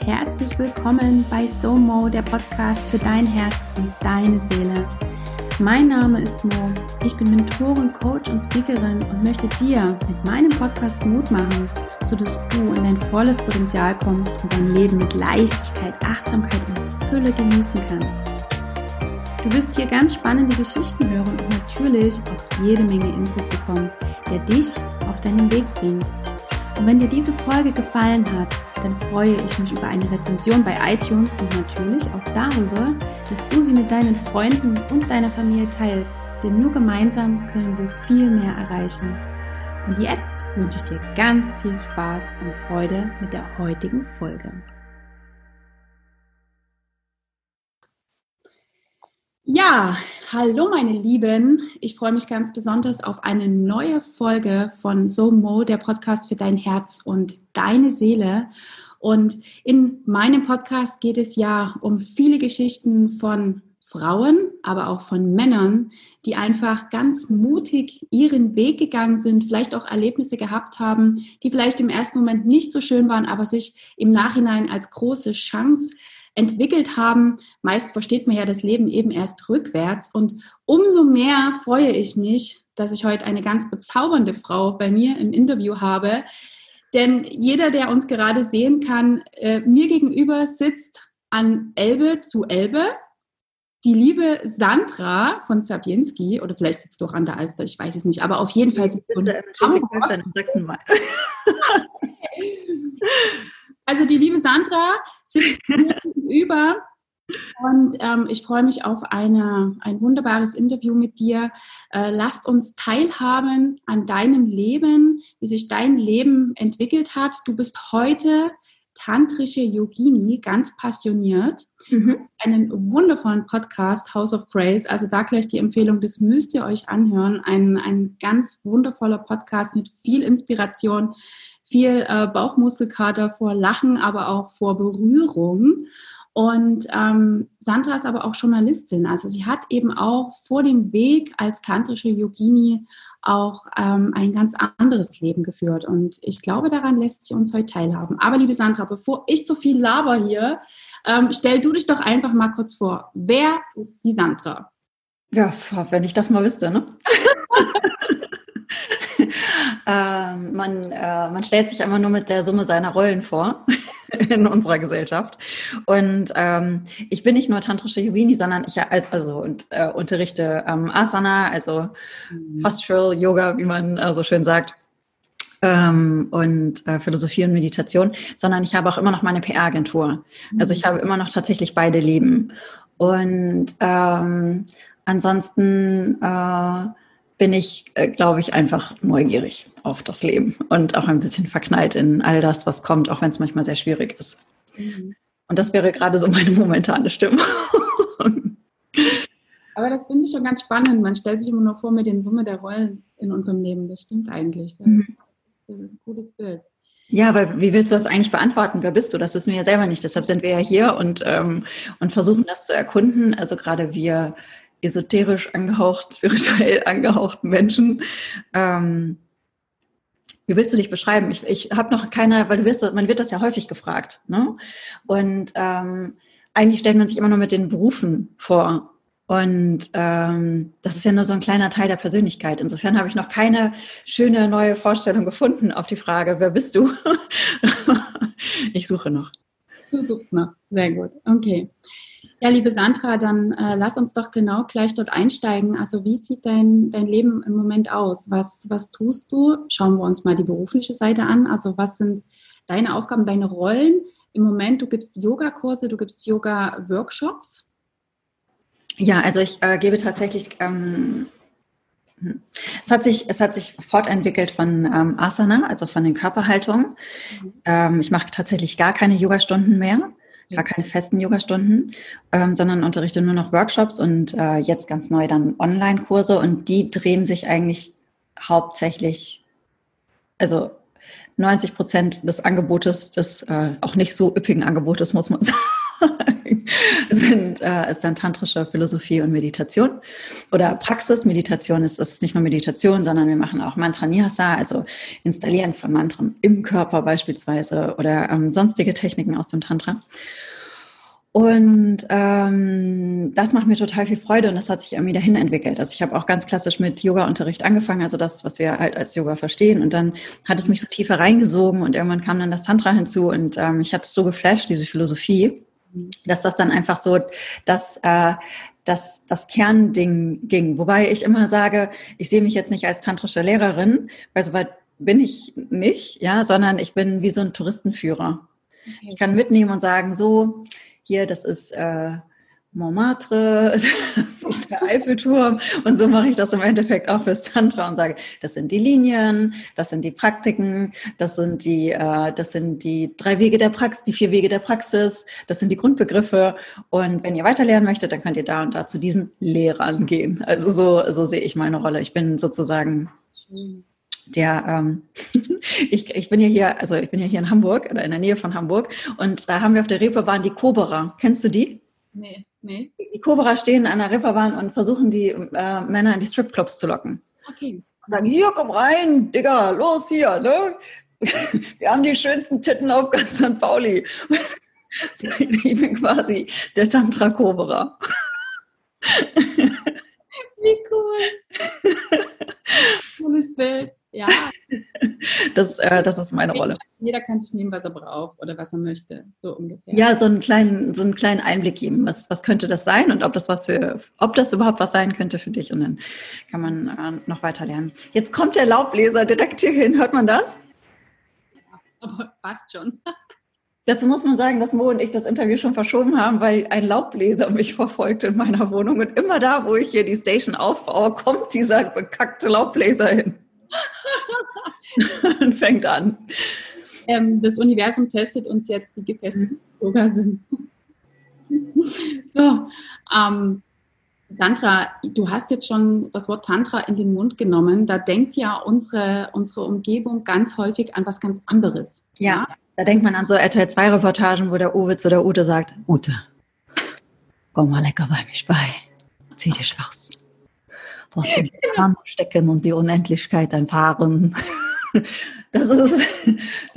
herzlich willkommen bei SoMo, der Podcast für dein Herz und deine Seele. Mein Name ist Mo, ich bin Mentorin, Coach und Speakerin und möchte dir mit meinem Podcast Mut machen, sodass du in dein volles Potenzial kommst und dein Leben mit Leichtigkeit, Achtsamkeit und Fülle genießen kannst. Du wirst hier ganz spannende Geschichten hören und natürlich auch jede Menge Input bekommen, der dich auf deinen Weg bringt. Und wenn dir diese Folge gefallen hat, dann freue ich mich über eine Rezension bei iTunes und natürlich auch darüber, dass du sie mit deinen Freunden und deiner Familie teilst, denn nur gemeinsam können wir viel mehr erreichen. Und jetzt wünsche ich dir ganz viel Spaß und Freude mit der heutigen Folge. Ja, hallo meine Lieben. Ich freue mich ganz besonders auf eine neue Folge von SoMo, der Podcast für dein Herz und deine Seele. Und in meinem Podcast geht es ja um viele Geschichten von Frauen, aber auch von Männern, die einfach ganz mutig ihren Weg gegangen sind, vielleicht auch Erlebnisse gehabt haben, die vielleicht im ersten Moment nicht so schön waren, aber sich im Nachhinein als große Chance entwickelt haben. Meist versteht man ja das Leben eben erst rückwärts. Und umso mehr freue ich mich, dass ich heute eine ganz bezaubernde Frau bei mir im Interview habe. Denn jeder, der uns gerade sehen kann, mir gegenüber sitzt an Elbe zu Elbe die liebe Sandra von Zabienski, oder vielleicht sitzt du auch an der Alster, ich weiß es nicht, aber auf jeden Fall sitzt du in Schleswig-Holstein im Sachsenwald. Also die liebe Sandra sitzt mir gegenüber und ich freue mich auf ein wunderbares Interview mit dir. Lasst uns teilhaben an deinem Leben, wie sich dein Leben entwickelt hat. Du bist heute tantrische Yogini, ganz passioniert. Einen wundervollen Podcast, House of Grace, also da gleich die Empfehlung, das müsst ihr euch anhören. Ein ganz wundervoller Podcast mit viel Inspiration, viel Bauchmuskelkater vor Lachen, aber auch vor Berührung. Und Sandra ist aber auch Journalistin. Also sie hat eben auch vor dem Weg als tantrische Yogini auch ein ganz anderes Leben geführt. Und ich glaube, daran lässt sie uns heute teilhaben. Aber liebe Sandra, bevor ich so viel laber hier, stell du dich doch einfach mal kurz vor. Wer ist die Sandra? Ja, wenn ich das mal wüsste, ne? Man stellt sich immer nur mit der Summe seiner Rollen vor in unserer Gesellschaft. Und ich bin nicht nur tantrische Yogini, sondern ich unterrichte Asana, also Postural Yoga, wie man so schön sagt, und Philosophie und Meditation, sondern ich habe auch immer noch meine PR-Agentur. Also ich habe immer noch tatsächlich beide Leben. Und ansonsten bin ich, glaube ich, einfach neugierig auf das Leben und auch ein bisschen verknallt in all das, was kommt, auch wenn es manchmal sehr schwierig ist. Und das wäre gerade so meine momentane Stimmung. Aber das finde ich schon ganz spannend. Man stellt sich immer nur vor mit den Summe der Rollen in unserem Leben. Das stimmt eigentlich. Das ist ein gutes Bild. Ja, aber wie willst du das eigentlich beantworten? Wer bist du? Das wissen wir ja selber nicht. Deshalb sind wir ja hier und versuchen das zu erkunden. Also gerade wir esoterisch angehaucht, spirituell angehauchten Menschen. Wie willst du dich beschreiben? Ich habe noch keine, weil man wird das ja häufig gefragt, ne? Und eigentlich stellt man sich immer nur mit den Berufen vor. Und das ist ja nur so ein kleiner Teil der Persönlichkeit. Insofern habe ich noch keine schöne neue Vorstellung gefunden auf die Frage, wer bist du? Ich suche noch. Du suchst noch. Sehr gut. Okay. Ja, liebe Sandra, dann lass uns doch genau gleich dort einsteigen. Also wie sieht dein Leben im Moment aus? Was tust du? Schauen wir uns mal die berufliche Seite an. Also was sind deine Aufgaben, deine Rollen? Im Moment, du gibst Yogakurse, du gibst Yoga-Workshops. Ja, also ich gebe tatsächlich, es hat sich fortentwickelt von Asana, also von den Körperhaltungen. Ich mache tatsächlich gar keine Yogastunden mehr. Gar keine festen Yogastunden, sondern unterrichte nur noch Workshops und jetzt ganz neu dann Online-Kurse und die drehen sich eigentlich hauptsächlich, also 90% des Angebotes, des auch nicht so üppigen Angebotes, muss man sagen, sind ist dann tantrische Philosophie und Meditation oder Praxis. Meditation ist nicht nur Meditation, sondern wir machen auch Mantra-Nyasa, also Installieren von Mantren im Körper beispielsweise oder sonstige Techniken aus dem Tantra. Und das macht mir total viel Freude und das hat sich irgendwie dahin entwickelt. Also ich habe auch ganz klassisch mit Yoga-Unterricht angefangen, also das, was wir halt als Yoga verstehen. Und dann hat es mich so tiefer reingesogen und irgendwann kam dann das Tantra hinzu und mich hat es so geflasht, diese Philosophie, dass das dann einfach so das Kernding ging. Wobei ich immer sage, ich sehe mich jetzt nicht als tantrische Lehrerin, weil soweit bin ich nicht, ja, sondern ich bin wie so ein Touristenführer. Okay. Ich kann mitnehmen und sagen, so, hier, das ist Montmartre, das ist der Eiffelturm und so mache ich das im Endeffekt auch fürs Tantra und sage, das sind die Linien, das sind die Praktiken, das sind die 3 Wege der Praxis, die 4 Wege der Praxis, das sind die Grundbegriffe und wenn ihr weiterlernen möchtet, dann könnt ihr da und da zu diesen Lehrern gehen. Also so sehe ich meine Rolle. Ich bin sozusagen ich bin ja hier in Hamburg oder in der Nähe von Hamburg und da haben wir auf der Reeperbahn die Koberer. Kennst du die? Nee. Die Koberer stehen an der Reeperbahn und versuchen die Männer in die Stripclubs zu locken. Okay. Und sagen, hier, komm rein, Digga, los hier, ne? Wir haben die schönsten Titten auf ganz St. Pauli. Ich bin quasi der Tantra-Koberer. Wie cool. Cooles Bild. Ja. Das ist meine Rolle. Jeder kann sich nehmen, was er braucht oder was er möchte, so ungefähr. Ja, so einen kleinen Einblick geben. Was könnte das sein und ob das überhaupt was sein könnte für dich und dann kann man noch weiter lernen. Jetzt kommt der Laubbläser direkt hier hin. Hört man das? Ja, aber passt schon. Dazu muss man sagen, dass Mo und ich das Interview schon verschoben haben, weil ein Laubbläser mich verfolgt in meiner Wohnung und immer da, wo ich hier die Station aufbaue, kommt dieser bekackte Laubbläser hin. Und fängt an. Das Universum testet uns jetzt, wie gefestigt wir sogar sind. So, Sandra, du hast jetzt schon das Wort Tantra in den Mund genommen. Da denkt ja unsere Umgebung ganz häufig an was ganz anderes. Ja, da denkt man an so RTL 2 Reportagen, wo der Uwitz oder Ute sagt, Ute, komm mal lecker bei mich bei, zieh dich aus. Lass uns genau. Stecken und die Unendlichkeit erfahren. Das ist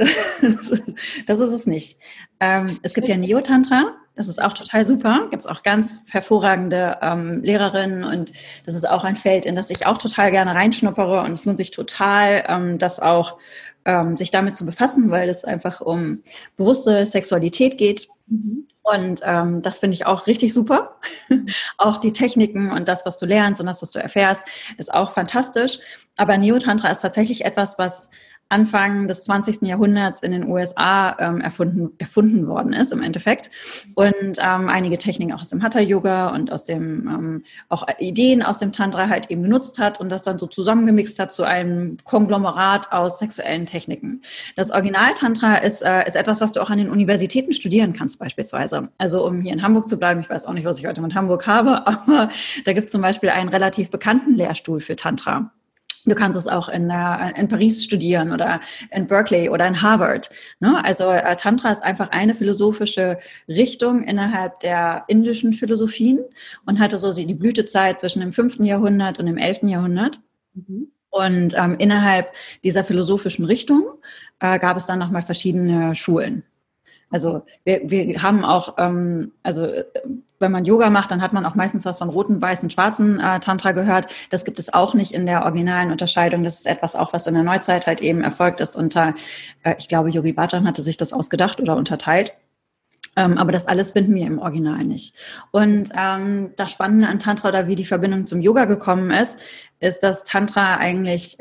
es nicht. Es gibt ja Neo-Tantra, das ist auch total super. Gibt es auch ganz hervorragende Lehrerinnen und das ist auch ein Feld, in das ich auch total gerne reinschnuppere und es lohnt sich total, das auch sich damit zu befassen, weil es einfach um bewusste Sexualität geht. Mhm. Und das finde ich auch richtig super. Auch die Techniken und das, was du lernst und das, was du erfährst, ist auch fantastisch. Aber Neo-Tantra ist tatsächlich etwas, was Anfang des 20. Jahrhunderts in den USA erfunden worden ist im Endeffekt. Und einige Techniken auch aus dem Hatha-Yoga und aus dem auch Ideen aus dem Tantra halt eben genutzt hat und das dann so zusammengemixt hat zu einem Konglomerat aus sexuellen Techniken. Das Original-Tantra ist etwas, was du auch an den Universitäten studieren kannst beispielsweise. Also um hier in Hamburg zu bleiben, ich weiß auch nicht, was ich heute mit Hamburg habe, aber da gibt es zum Beispiel einen relativ bekannten Lehrstuhl für Tantra. Du kannst es auch in Paris studieren oder in Berkeley oder in Harvard. Ne? Also Tantra ist einfach eine philosophische Richtung innerhalb der indischen Philosophien und hatte so die Blütezeit zwischen dem 5. Jahrhundert und dem 11. Jahrhundert. Mhm. Und innerhalb dieser philosophischen Richtung gab es dann nochmal verschiedene Schulen. Also wir haben auch, wenn man Yoga macht, dann hat man auch meistens was von roten, weißen, schwarzen Tantra gehört. Das gibt es auch nicht in der originalen Unterscheidung. Das ist etwas auch, was in der Neuzeit halt eben erfolgt ist unter, ich glaube, Yogi Bhajan hatte sich das ausgedacht oder unterteilt. Aber das alles finden wir im Original nicht. Und das Spannende an Tantra oder wie die Verbindung zum Yoga gekommen ist dass Tantra eigentlich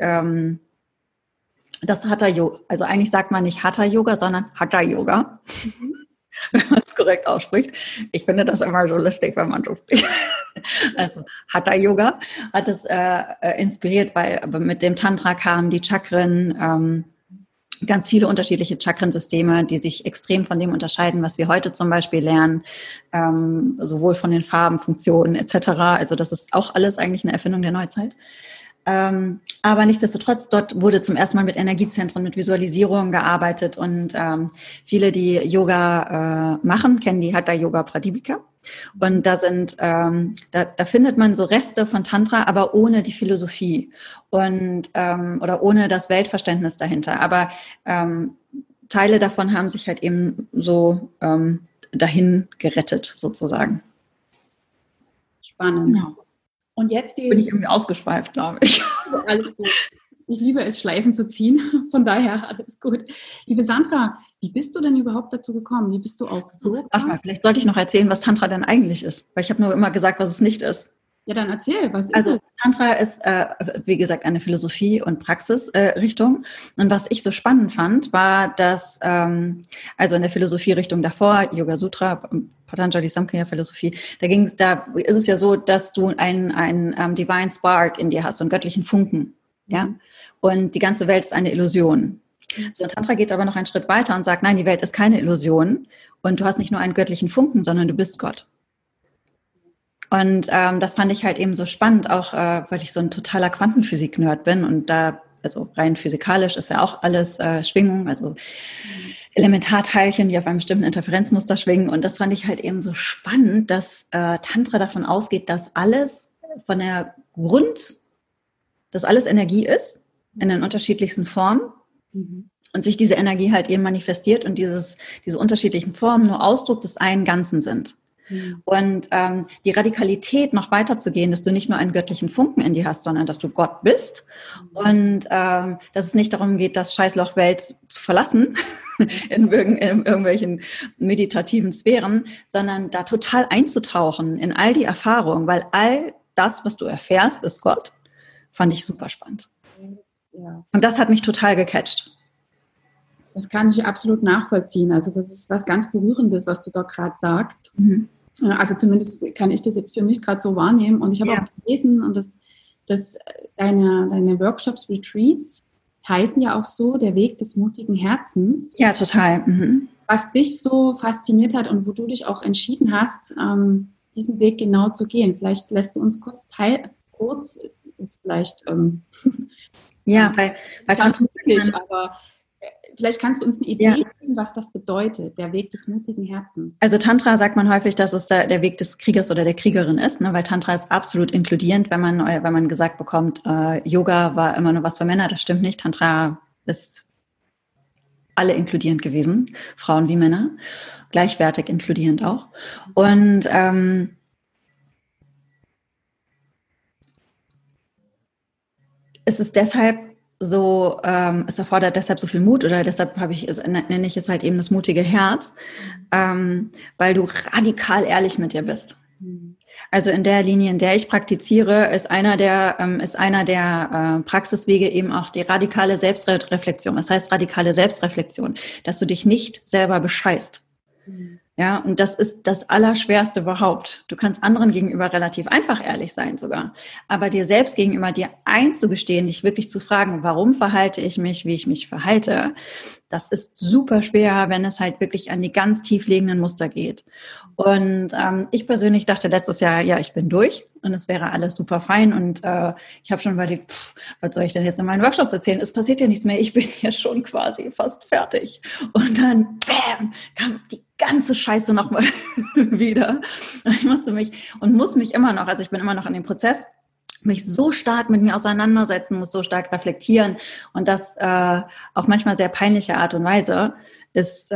das Hatha-Yoga, also eigentlich sagt man nicht Hatha-Yoga, sondern Hatha-Yoga, wenn man es korrekt ausspricht. Ich finde das immer so lustig, wenn man so spricht. Also Hatha-Yoga hat es inspiriert, weil mit dem Tantra kamen die Chakren, ganz viele unterschiedliche Chakrensysteme, die sich extrem von dem unterscheiden, was wir heute zum Beispiel lernen, sowohl von den Farben, Funktionen etc. Also das ist auch alles eigentlich eine Erfindung der Neuzeit. Aber nichtsdestotrotz, dort wurde zum ersten Mal mit Energiezentren, mit Visualisierung gearbeitet und viele, die Yoga machen, kennen die Hatha Yoga Pradipika. Und da sind, da findet man so Reste von Tantra, aber ohne die Philosophie und oder ohne das Weltverständnis dahinter. Aber Teile davon haben sich halt eben so dahin gerettet, sozusagen. Spannend. Ja. Und jetzt bin ich irgendwie ausgeschweift, glaube ich. Alles gut. Ich liebe es, Schleifen zu ziehen. Von daher alles gut. Liebe Sandra, wie bist du denn überhaupt dazu gekommen? Wie bist du aufgesucht? Warte mal, vielleicht sollte ich noch erzählen, was Tantra denn eigentlich ist. Weil ich habe nur immer gesagt, was es nicht ist. Ja, dann erzähl, was ist Also es? Tantra ist, wie gesagt, eine Philosophie- und Praxisrichtung. Und was ich so spannend fand, war, dass, also in der Philosophierichtung davor, Yoga Sutra, Patanjali Samkhya Philosophie, da ist es ja so, dass du einen Divine Spark in dir hast, so einen göttlichen Funken. Ja? Und die ganze Welt ist eine Illusion. So, und Tantra geht aber noch einen Schritt weiter und sagt, nein, die Welt ist keine Illusion. Und du hast nicht nur einen göttlichen Funken, sondern du bist Gott. Und das fand ich halt eben so spannend, auch weil ich so ein totaler Quantenphysik-Nerd bin und da, also rein physikalisch ist ja auch alles Schwingung, also Elementarteilchen, die auf einem bestimmten Interferenzmuster schwingen. Und das fand ich halt eben so spannend, dass Tantra davon ausgeht, dass alles von der dass alles Energie ist, in den unterschiedlichsten Formen. Und sich diese Energie halt eben manifestiert und diese unterschiedlichen Formen nur Ausdruck des einen Ganzen sind. Und die Radikalität noch weiter zu gehen, dass du nicht nur einen göttlichen Funken in dir hast, sondern dass du Gott bist und dass es nicht darum geht, das Scheißloch Welt zu verlassen in irgendwelchen meditativen Sphären, sondern da total einzutauchen in all die Erfahrungen, weil all das, was du erfährst, ist Gott, fand ich super spannend. Ja. Und das hat mich total gecatcht. Das kann ich absolut nachvollziehen. Also das ist was ganz Berührendes, was du da gerade sagst. Also zumindest kann ich das jetzt für mich gerade so wahrnehmen. Und ich habe auch gelesen, und dass deine Workshops, Retreats heißen ja auch so, der Weg des mutigen Herzens. Ja, total. Was dich so fasziniert hat und wo du dich auch entschieden hast, diesen Weg genau zu gehen. Vielleicht lässt du uns kurz ist vielleicht ja, weil möglich, aber vielleicht kannst du uns eine Idee geben, was das bedeutet, der Weg des mutigen Herzens. Also Tantra sagt man häufig, dass es der Weg des Kriegers oder der Kriegerin ist, ne? Weil Tantra ist absolut inkludierend, wenn man gesagt bekommt, Yoga war immer nur was für Männer. Das stimmt nicht. Tantra ist alle inkludierend gewesen, Frauen wie Männer, gleichwertig inkludierend auch. Und es ist deshalb so, es erfordert deshalb so viel Mut oder deshalb nenne ich es halt eben das mutige Herz, weil du radikal ehrlich mit dir bist. Also in der Linie, in der ich praktiziere, ist einer der Praxiswege eben auch die radikale Selbstreflexion. Das heißt radikale Selbstreflexion, dass du dich nicht selber bescheißt. Ja, und das ist das Allerschwerste überhaupt. Du kannst anderen gegenüber relativ einfach ehrlich sein sogar. Aber dir selbst gegenüber dir einzugestehen, dich wirklich zu fragen, warum verhalte ich mich, wie ich mich verhalte, das ist super schwer, wenn es halt wirklich an die ganz tief liegenden Muster geht. Und ich persönlich dachte letztes Jahr, ja, ich bin durch und es wäre alles super fein. Und ich habe schon überlegt, was soll ich denn jetzt in meinen Workshops erzählen? Es passiert ja nichts mehr, ich bin ja schon quasi fast fertig. Und dann, bam, kam die ganze Scheiße nochmal wieder. Ich muss mich immer noch, also ich bin immer noch in dem Prozess, mich so stark mit mir auseinandersetzen, muss so stark reflektieren und das auf manchmal sehr peinliche Art und Weise ist,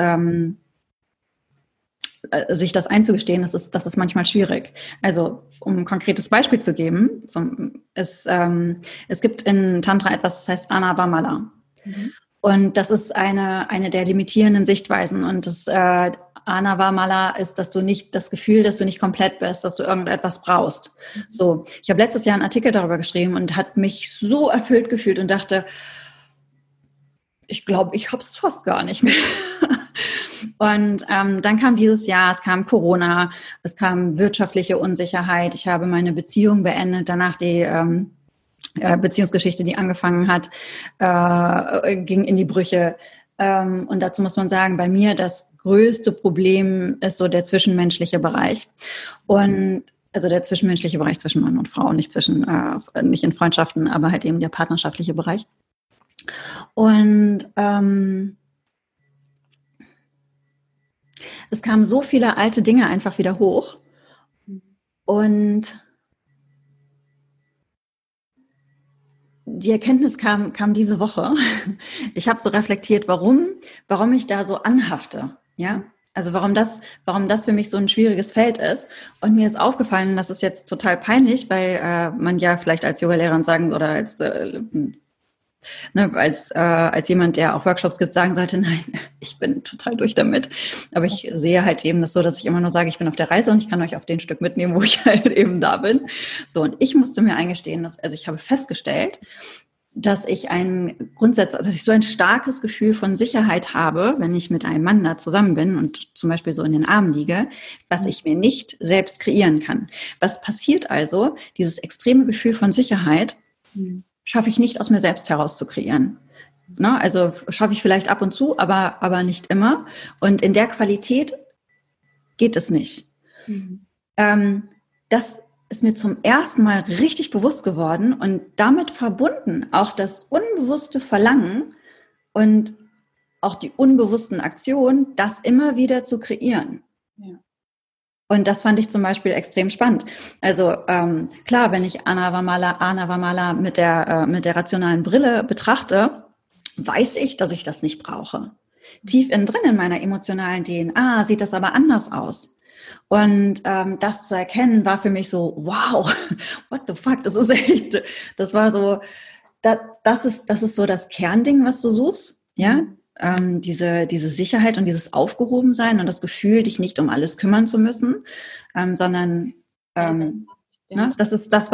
sich das einzugestehen, das ist manchmal schwierig. Also um ein konkretes Beispiel zu geben, es gibt in Tantra etwas, das heißt Anavamala. Und das ist eine der limitierenden Sichtweisen und das Anavamala ist, dass du nicht das Gefühl, dass du nicht komplett bist, dass du irgendetwas brauchst. So, ich habe letztes Jahr einen Artikel darüber geschrieben und hat mich so erfüllt gefühlt und dachte, ich glaube, ich habe es fast gar nicht mehr. Und dann kam dieses Jahr, es kam Corona, es kam wirtschaftliche Unsicherheit, ich habe meine Beziehung beendet, danach die Beziehungsgeschichte, die angefangen hat, ging in die Brüche. Und dazu muss man sagen, bei mir das größte Problem ist so der zwischenmenschliche Bereich. Und Also der zwischenmenschliche Bereich zwischen Mann und Frau, nicht nicht in Freundschaften, aber halt eben der partnerschaftliche Bereich. Und es kamen so viele alte Dinge einfach wieder hoch. Und die Erkenntnis kam diese Woche. Ich habe so reflektiert, warum ich da so anhafte, ja. Also warum das für mich so ein schwieriges Feld ist. Und mir ist aufgefallen, das ist jetzt total peinlich, weil man ja vielleicht als Yogalehrerin sagen oder als jemand, der auch Workshops gibt, sagen sollte, nein, ich bin total durch damit. Aber ich sehe halt eben das so, dass ich immer nur sage, ich bin auf der Reise und ich kann euch auf den Stück mitnehmen, wo ich halt eben da bin. So, und ich musste mir eingestehen, also ich habe festgestellt, dass ich so ein starkes Gefühl von Sicherheit habe, wenn ich mit einem Mann da zusammen bin und zum Beispiel so in den Armen liege, was ich mir nicht selbst kreieren kann. Was passiert also? Dieses extreme Gefühl von Sicherheit schaffe ich nicht aus mir selbst heraus zu kreieren. Ne? Also schaffe ich vielleicht ab und zu, aber nicht immer. Und in der Qualität geht es nicht. Das ist mir zum ersten Mal richtig bewusst geworden und damit verbunden auch das unbewusste Verlangen und auch die unbewussten Aktionen, das immer wieder zu kreieren. Ja. Und das fand ich zum Beispiel extrem spannend. Also klar, wenn ich Anna Wamala mit der rationalen Brille betrachte, weiß ich, dass ich das nicht brauche. Tief innen drin in meiner emotionalen DNA sieht das aber anders aus. Und das zu erkennen, war für mich so, wow, what the fuck, das war so, das ist so das Kernding, was du suchst, ja, diese Sicherheit und dieses Aufgehobensein und das Gefühl, dich nicht um alles kümmern zu müssen, sondern ne, das ist das,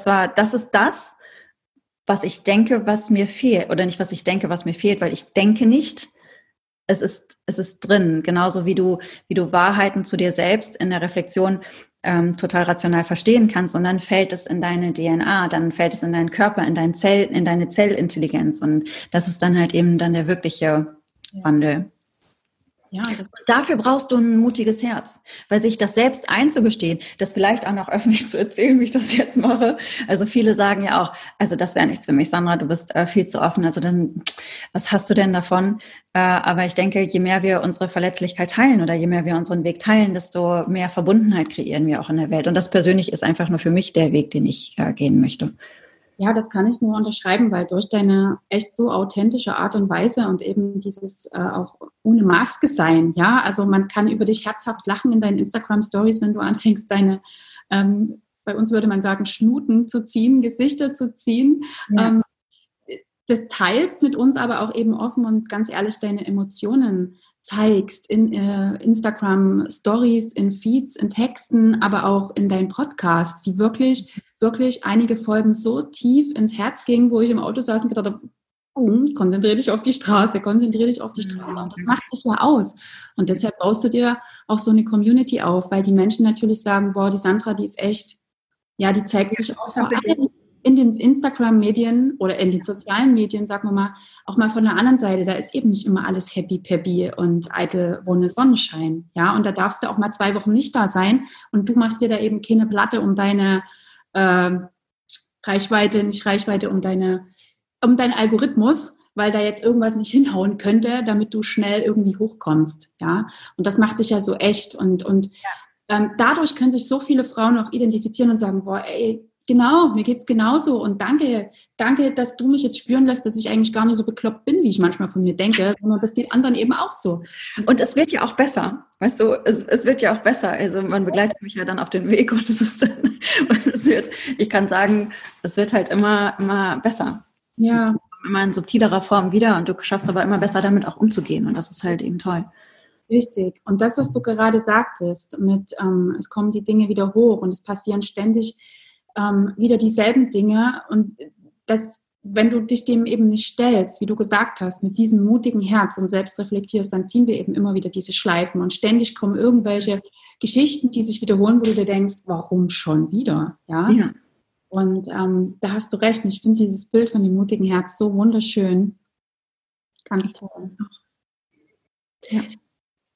was ich denke, was mir fehlt, oder nicht, was ich denke, was mir fehlt, weil ich denke nicht, es ist drin, genauso wie du Wahrheiten zu dir selbst in der Reflexion total rational verstehen kannst, und dann fällt es in deine DNA, dann fällt es in deinen Körper, in deine Zellintelligenz, und das ist dann halt eben dann der wirkliche Wandel. Ja, und dafür brauchst du ein mutiges Herz, weil sich das selbst einzugestehen, das vielleicht auch noch öffentlich zu erzählen, wie ich das jetzt mache. Also viele sagen ja auch, also das wäre nichts für mich, Sandra, du bist viel zu offen, also dann, was hast du denn davon? Aber ich denke, je mehr wir unsere Verletzlichkeit teilen oder je mehr wir unseren Weg teilen, desto mehr Verbundenheit kreieren wir auch in der Welt. Und das persönlich ist einfach nur für mich der Weg, den ich gehen möchte. Ja, das kann ich nur unterschreiben, weil durch deine echt so authentische Art und Weise und eben dieses auch ohne Maske sein, ja, also man kann über dich herzhaft lachen in deinen Instagram-Stories, wenn du anfängst, deine, bei uns würde man sagen, Schnuten zu ziehen, Gesichter zu ziehen. Ja. Das teilst mit uns aber auch eben offen und ganz ehrlich deine Emotionen zeigst in Instagram-Stories, in Feeds, in Texten, aber auch in deinen Podcasts, die wirklich einige Folgen so tief ins Herz gingen, wo ich im Auto saß und gedacht habe, konzentriere dich auf die Straße. Und das macht dich ja aus. Und deshalb baust du dir auch so eine Community auf, weil die Menschen natürlich sagen, boah, die Sandra, die ist echt, ja, die zeigt sich auch vor allem in den Instagram-Medien oder in den sozialen Medien, sagen wir mal, auch mal von der anderen Seite, da ist eben nicht immer alles happy, peppy und eitel, Wonne, Sonnenschein. Ja, und da darfst du auch mal 2 Wochen nicht da sein und du machst dir da eben keine Platte um deine um deinen Algorithmus, weil da jetzt irgendwas nicht hinhauen könnte, damit du schnell irgendwie hochkommst. Ja, und das macht dich ja so echt und dadurch können sich so viele Frauen auch identifizieren und sagen, boah, ey, genau, mir geht's genauso und danke, dass du mich jetzt spüren lässt, dass ich eigentlich gar nicht so bekloppt bin, wie ich manchmal von mir denke, sondern das geht anderen eben auch so. Und es wird ja auch besser, weißt du, es wird ja auch besser, also man begleitet mich ja dann auf den Weg und ich kann sagen, es wird halt immer besser. Ja. Immer in subtilerer Form wieder und du schaffst aber immer besser damit auch umzugehen und das ist halt eben toll. Richtig. Und das, was du gerade sagtest, mit es kommen die Dinge wieder hoch und es passieren ständig wieder dieselben Dinge und das, wenn du dich dem eben nicht stellst, wie du gesagt hast, mit diesem mutigen Herz und selbst reflektierst, dann ziehen wir eben immer wieder diese Schleifen und ständig kommen irgendwelche Geschichten, die sich wiederholen, wo du dir denkst, warum schon wieder? Ja. Und da hast du recht. Ich finde dieses Bild von dem mutigen Herz so wunderschön. Ganz toll. Ja.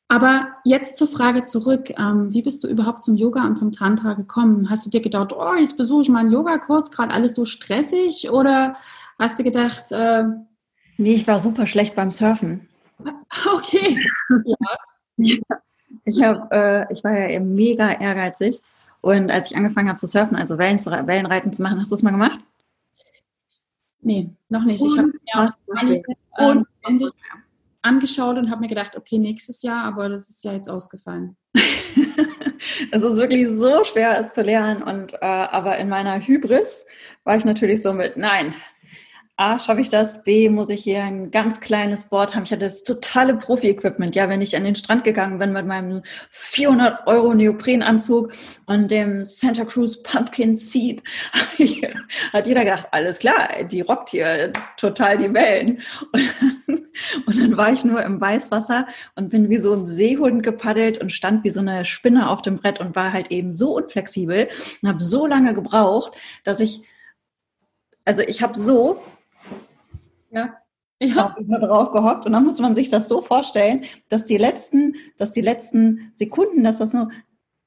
Aber jetzt zur Frage zurück. Wie bist du überhaupt zum Yoga und zum Tantra gekommen? Hast du dir gedacht, oh, jetzt besuche ich mal einen Yogakurs, gerade alles so stressig? Oder hast du gedacht, Nee, ich war super schlecht beim Surfen. okay. Ja. Ich war ja eben mega ehrgeizig. Und als ich angefangen habe zu surfen, also Wellenreiten zu machen, hast du das mal gemacht? Nee, noch nicht. Ich habe mir auch einige angeschaut und habe mir gedacht, okay, nächstes Jahr, aber das ist ja jetzt ausgefallen. Es ist wirklich so schwer, es zu lernen. Und aber in meiner Hybris war ich natürlich so mit, nein, A, schaffe ich das, B, muss ich hier ein ganz kleines Board haben. Ich hatte das totale Profi-Equipment. Ja, wenn ich an den Strand gegangen bin mit meinem 400 € Neoprenanzug und dem Santa Cruz Pumpkin Seed, hat jeder gedacht, alles klar, die rockt hier total die Wellen. Und dann war ich nur im Weißwasser und bin wie so ein Seehund gepaddelt und stand wie so eine Spinne auf dem Brett und war halt eben so unflexibel und habe so lange gebraucht, dass ich habe so drauf gehockt und dann musste man sich das so vorstellen, dass die letzten Sekunden, dass das nur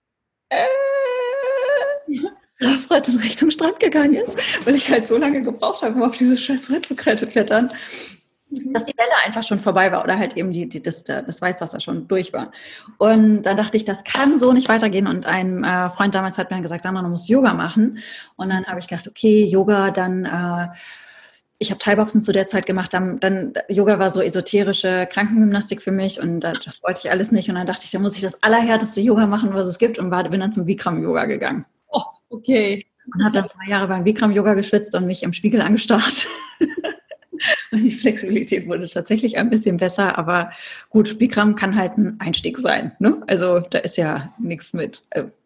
Brett in Richtung Strand gegangen ist, weil ich halt so lange gebraucht habe, um auf dieses scheiß Brett zu klettern, dass die Welle einfach schon vorbei war oder halt eben das Weißwasser schon durch war. Und dann dachte ich, das kann so nicht weitergehen. Und ein Freund damals hat mir gesagt, Sandra, du musst Yoga machen. Und dann habe ich gedacht, okay, Yoga, dann ich habe Thai-Boxen zu der Zeit gemacht, dann Yoga war so esoterische Krankengymnastik für mich und das wollte ich alles nicht. Und dann dachte ich, da muss ich das allerhärteste Yoga machen, was es gibt und bin dann zum Bikram-Yoga gegangen. Oh, okay. Und habe dann 2 Jahre beim Bikram-Yoga geschwitzt und mich im Spiegel angestarrt. Und die Flexibilität wurde tatsächlich ein bisschen besser, aber gut, Bikram kann halt ein Einstieg sein. Ne? Also da ist ja nichts mit.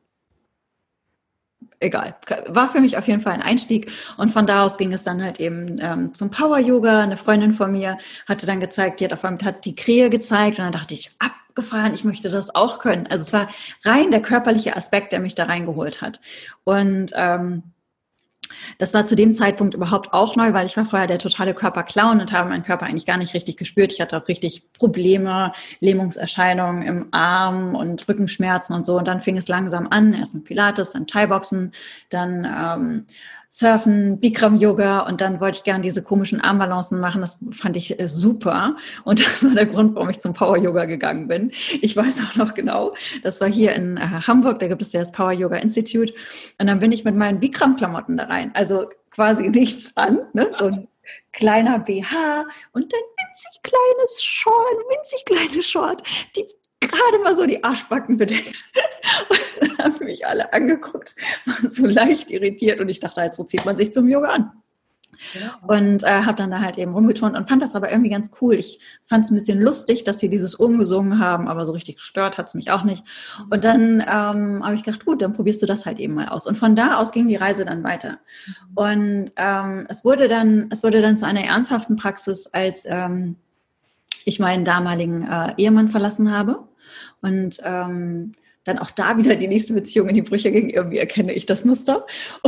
Egal. War für mich auf jeden Fall ein Einstieg. Und von da aus ging es dann halt eben zum Power-Yoga. Eine Freundin von mir hatte dann gezeigt, hat die Krähe gezeigt und dann dachte ich, abgefahren, ich möchte das auch können. Also es war rein der körperliche Aspekt, der mich da reingeholt hat. Und das war zu dem Zeitpunkt überhaupt auch neu, weil ich war vorher der totale Körperclown und habe meinen Körper eigentlich gar nicht richtig gespürt. Ich hatte auch richtig Probleme, Lähmungserscheinungen im Arm und Rückenschmerzen und so. Und dann fing es langsam an, erst mit Pilates, dann Thai-Boxen, dann Surfen, Bikram-Yoga und dann wollte ich gerne diese komischen Armbalancen machen. Das fand ich super und das war der Grund, warum ich zum Power-Yoga gegangen bin. Ich weiß auch noch genau, das war hier in Hamburg, da gibt es ja das Power-Yoga Institute und dann bin ich mit meinen Bikram-Klamotten da rein. Also quasi nichts an, ne? So ein kleiner BH und ein winzig kleines Short, die gerade mal so die Arschbacken bedeckt. Und dann haben mich alle angeguckt, waren so leicht irritiert und ich dachte halt, so zieht man sich zum Yoga an. Ja. Und habe dann da halt eben rumgeturnt und fand das aber irgendwie ganz cool. Ich fand es ein bisschen lustig, dass die dieses umgesungen haben, aber so richtig gestört hat es mich auch nicht. Und dann habe ich gedacht, gut, dann probierst du das halt eben mal aus. Und von da aus ging die Reise dann weiter. Und es wurde dann zu einer ernsthaften Praxis, als ich meinen damaligen Ehemann verlassen habe. Und dann auch da wieder die nächste Beziehung in die Brüche ging. Irgendwie erkenne ich das Muster.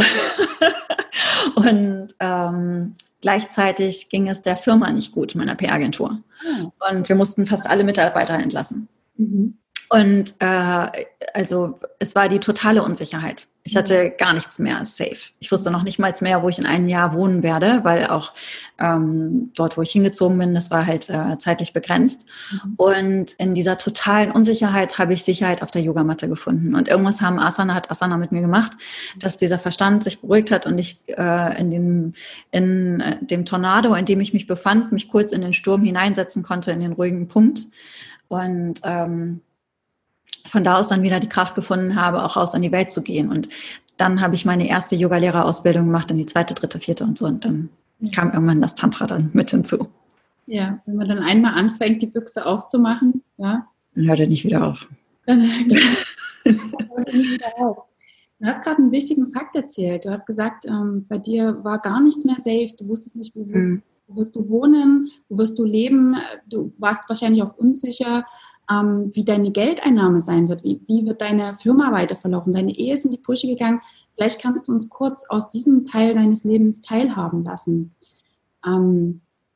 Und gleichzeitig ging es der Firma nicht gut, meiner PR-Agentur. Und wir mussten fast alle Mitarbeiter entlassen. Mhm. Und also es war die totale Unsicherheit. Ich hatte gar nichts mehr safe. Ich wusste noch nicht mal mehr, wo ich in einem Jahr wohnen werde, weil auch dort, wo ich hingezogen bin, das war halt zeitlich begrenzt. Mhm. Und in dieser totalen Unsicherheit habe ich Sicherheit auf der Yogamatte gefunden. Und irgendwas hat Asana mit mir gemacht, dass dieser Verstand sich beruhigt hat und ich in dem Tornado, in dem ich mich befand, mich kurz in den Sturm hineinsetzen konnte, in den ruhigen Punkt. Und von da aus dann wieder die Kraft gefunden habe, auch raus an die Welt zu gehen. Und dann habe ich meine erste Yogalehrerausbildung gemacht, dann die 2., 3., 4. und so. Und dann kam irgendwann das Tantra dann mit hinzu. Ja, wenn man dann einmal anfängt, die Büchse aufzumachen, ja. Dann hört er nicht wieder auf. Dann hört er nicht wieder auf. Du hast gerade einen wichtigen Fakt erzählt. Du hast gesagt, bei dir war gar nichts mehr safe. Du wusstest nicht, wo wirst du wohnen, wo wirst du leben. Du warst wahrscheinlich auch unsicher, wie deine Geldeinnahme sein wird, wie wird deine Firma weiter verlaufen, deine Ehe ist in die Brüche gegangen. Vielleicht kannst du uns kurz aus diesem Teil deines Lebens teilhaben lassen.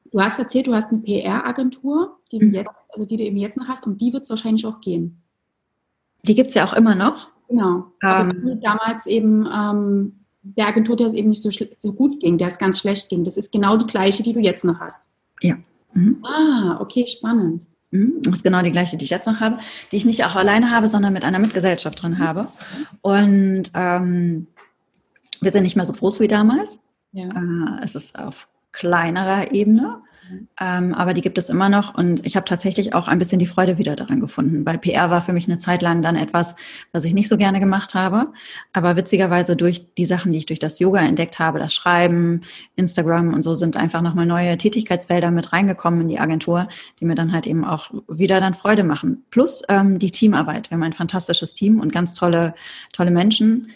Du hast erzählt, du hast eine PR-Agentur, die du eben jetzt noch hast, und die wird es wahrscheinlich auch gehen. Die gibt es ja auch immer noch. Genau. Aber damals eben der Agentur, der es eben nicht so gut ging, der es ganz schlecht ging. Das ist genau die gleiche, die du jetzt noch hast. Ja. Okay, spannend. Das ist genau die gleiche, die ich jetzt noch habe, die ich nicht auch alleine habe, sondern mit einer Mitgesellschaft drin habe. Und wir sind nicht mehr so groß wie damals. Ja. Es ist auf kleinerer Ebene, aber die gibt es immer noch. Und ich habe tatsächlich auch ein bisschen die Freude wieder daran gefunden, weil PR war für mich eine Zeit lang dann etwas, was ich nicht so gerne gemacht habe. Aber witzigerweise durch die Sachen, die ich durch das Yoga entdeckt habe, das Schreiben, Instagram und so, sind einfach nochmal neue Tätigkeitsfelder mit reingekommen in die Agentur, die mir dann halt eben auch wieder dann Freude machen. Plus die Teamarbeit. Wir haben ein fantastisches Team und ganz tolle Menschen,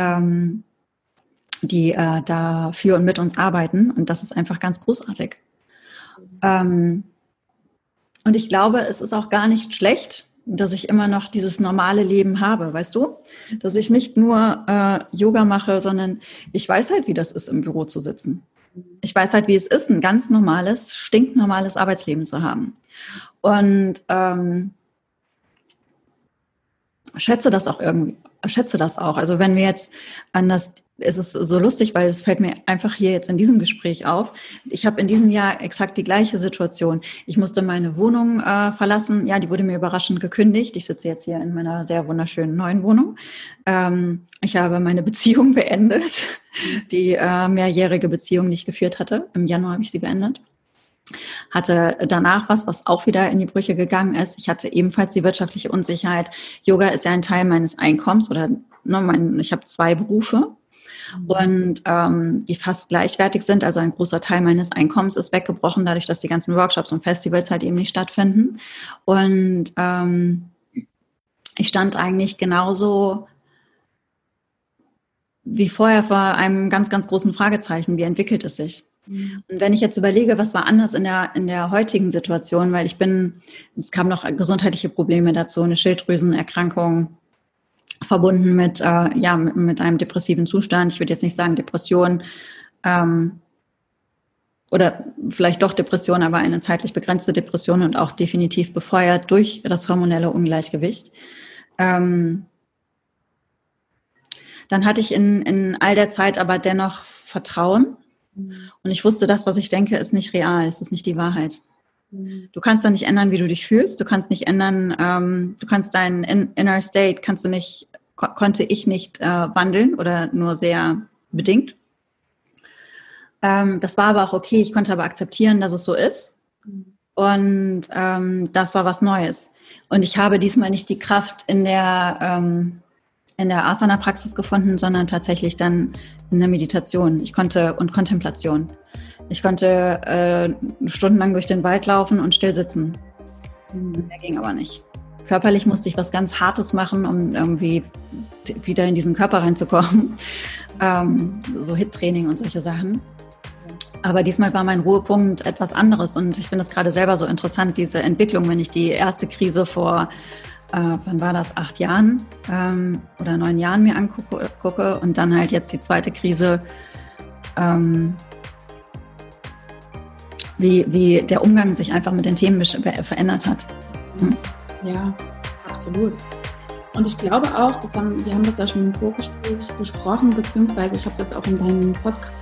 die da für und mit uns arbeiten. Und das ist einfach ganz großartig. Und ich glaube, es ist auch gar nicht schlecht, dass ich immer noch dieses normale Leben habe, weißt du? Dass ich nicht nur Yoga mache, sondern ich weiß halt, wie das ist, im Büro zu sitzen. Ich weiß halt, wie es ist, ein ganz normales, stinknormales Arbeitsleben zu haben. Und schätze das auch irgendwie. Also wenn wir jetzt es ist so lustig, weil es fällt mir einfach hier jetzt in diesem Gespräch auf. Ich habe in diesem Jahr exakt die gleiche Situation. Ich musste meine Wohnung verlassen. Ja, die wurde mir überraschend gekündigt. Ich sitze jetzt hier in meiner sehr wunderschönen neuen Wohnung. Ich habe meine Beziehung beendet, die mehrjährige Beziehung, die ich geführt hatte. Im Januar habe ich sie beendet. Hatte danach was auch wieder in die Brüche gegangen ist. Ich hatte ebenfalls die wirtschaftliche Unsicherheit. Yoga ist ja ein Teil meines Einkommens ich habe 2 Berufe und die fast gleichwertig sind. Also ein großer Teil meines Einkommens ist weggebrochen, dadurch, dass die ganzen Workshops und Festivals halt eben nicht stattfinden. Und ich stand eigentlich genauso wie vorher vor einem ganz, ganz großen Fragezeichen. Wie entwickelt es sich? Und wenn ich jetzt überlege, was war anders in der heutigen Situation, weil es kamen noch gesundheitliche Probleme dazu, eine Schilddrüsenerkrankung verbunden mit einem depressiven Zustand. Ich würde jetzt nicht sagen Depression oder vielleicht doch Depression, aber eine zeitlich begrenzte Depression und auch definitiv befeuert durch das hormonelle Ungleichgewicht. Dann hatte ich in all der Zeit aber dennoch Vertrauen. Und ich wusste, das, was ich denke, ist nicht real, es ist nicht die Wahrheit. Du kannst da nicht ändern, wie du dich fühlst, du kannst nicht ändern, du kannst deinen Inner State, konnte ich nicht wandeln oder nur sehr bedingt. Das war aber auch okay, ich konnte aber akzeptieren, dass es so ist. Und das war was Neues. Und ich habe diesmal nicht die Kraft in der Asana-Praxis gefunden, sondern tatsächlich dann in der Meditation. Und Kontemplation. Ich konnte stundenlang durch den Wald laufen und still sitzen. Mehr ging aber nicht. Körperlich musste ich was ganz Hartes machen, um irgendwie wieder in diesen Körper reinzukommen. So HIIT-Training und solche Sachen. Aber diesmal war mein Ruhepunkt etwas anderes. Und ich finde es gerade selber so interessant, diese Entwicklung, wenn ich die erste Krise vor wann war das, 8 Jahren oder 9 Jahren mir angucke und dann halt jetzt die zweite Krise, wie der Umgang sich einfach mit den Themen verändert hat. Ja, absolut. Und ich glaube auch, wir haben das ja schon im Vorgespräch besprochen, beziehungsweise ich habe das auch in deinem Podcast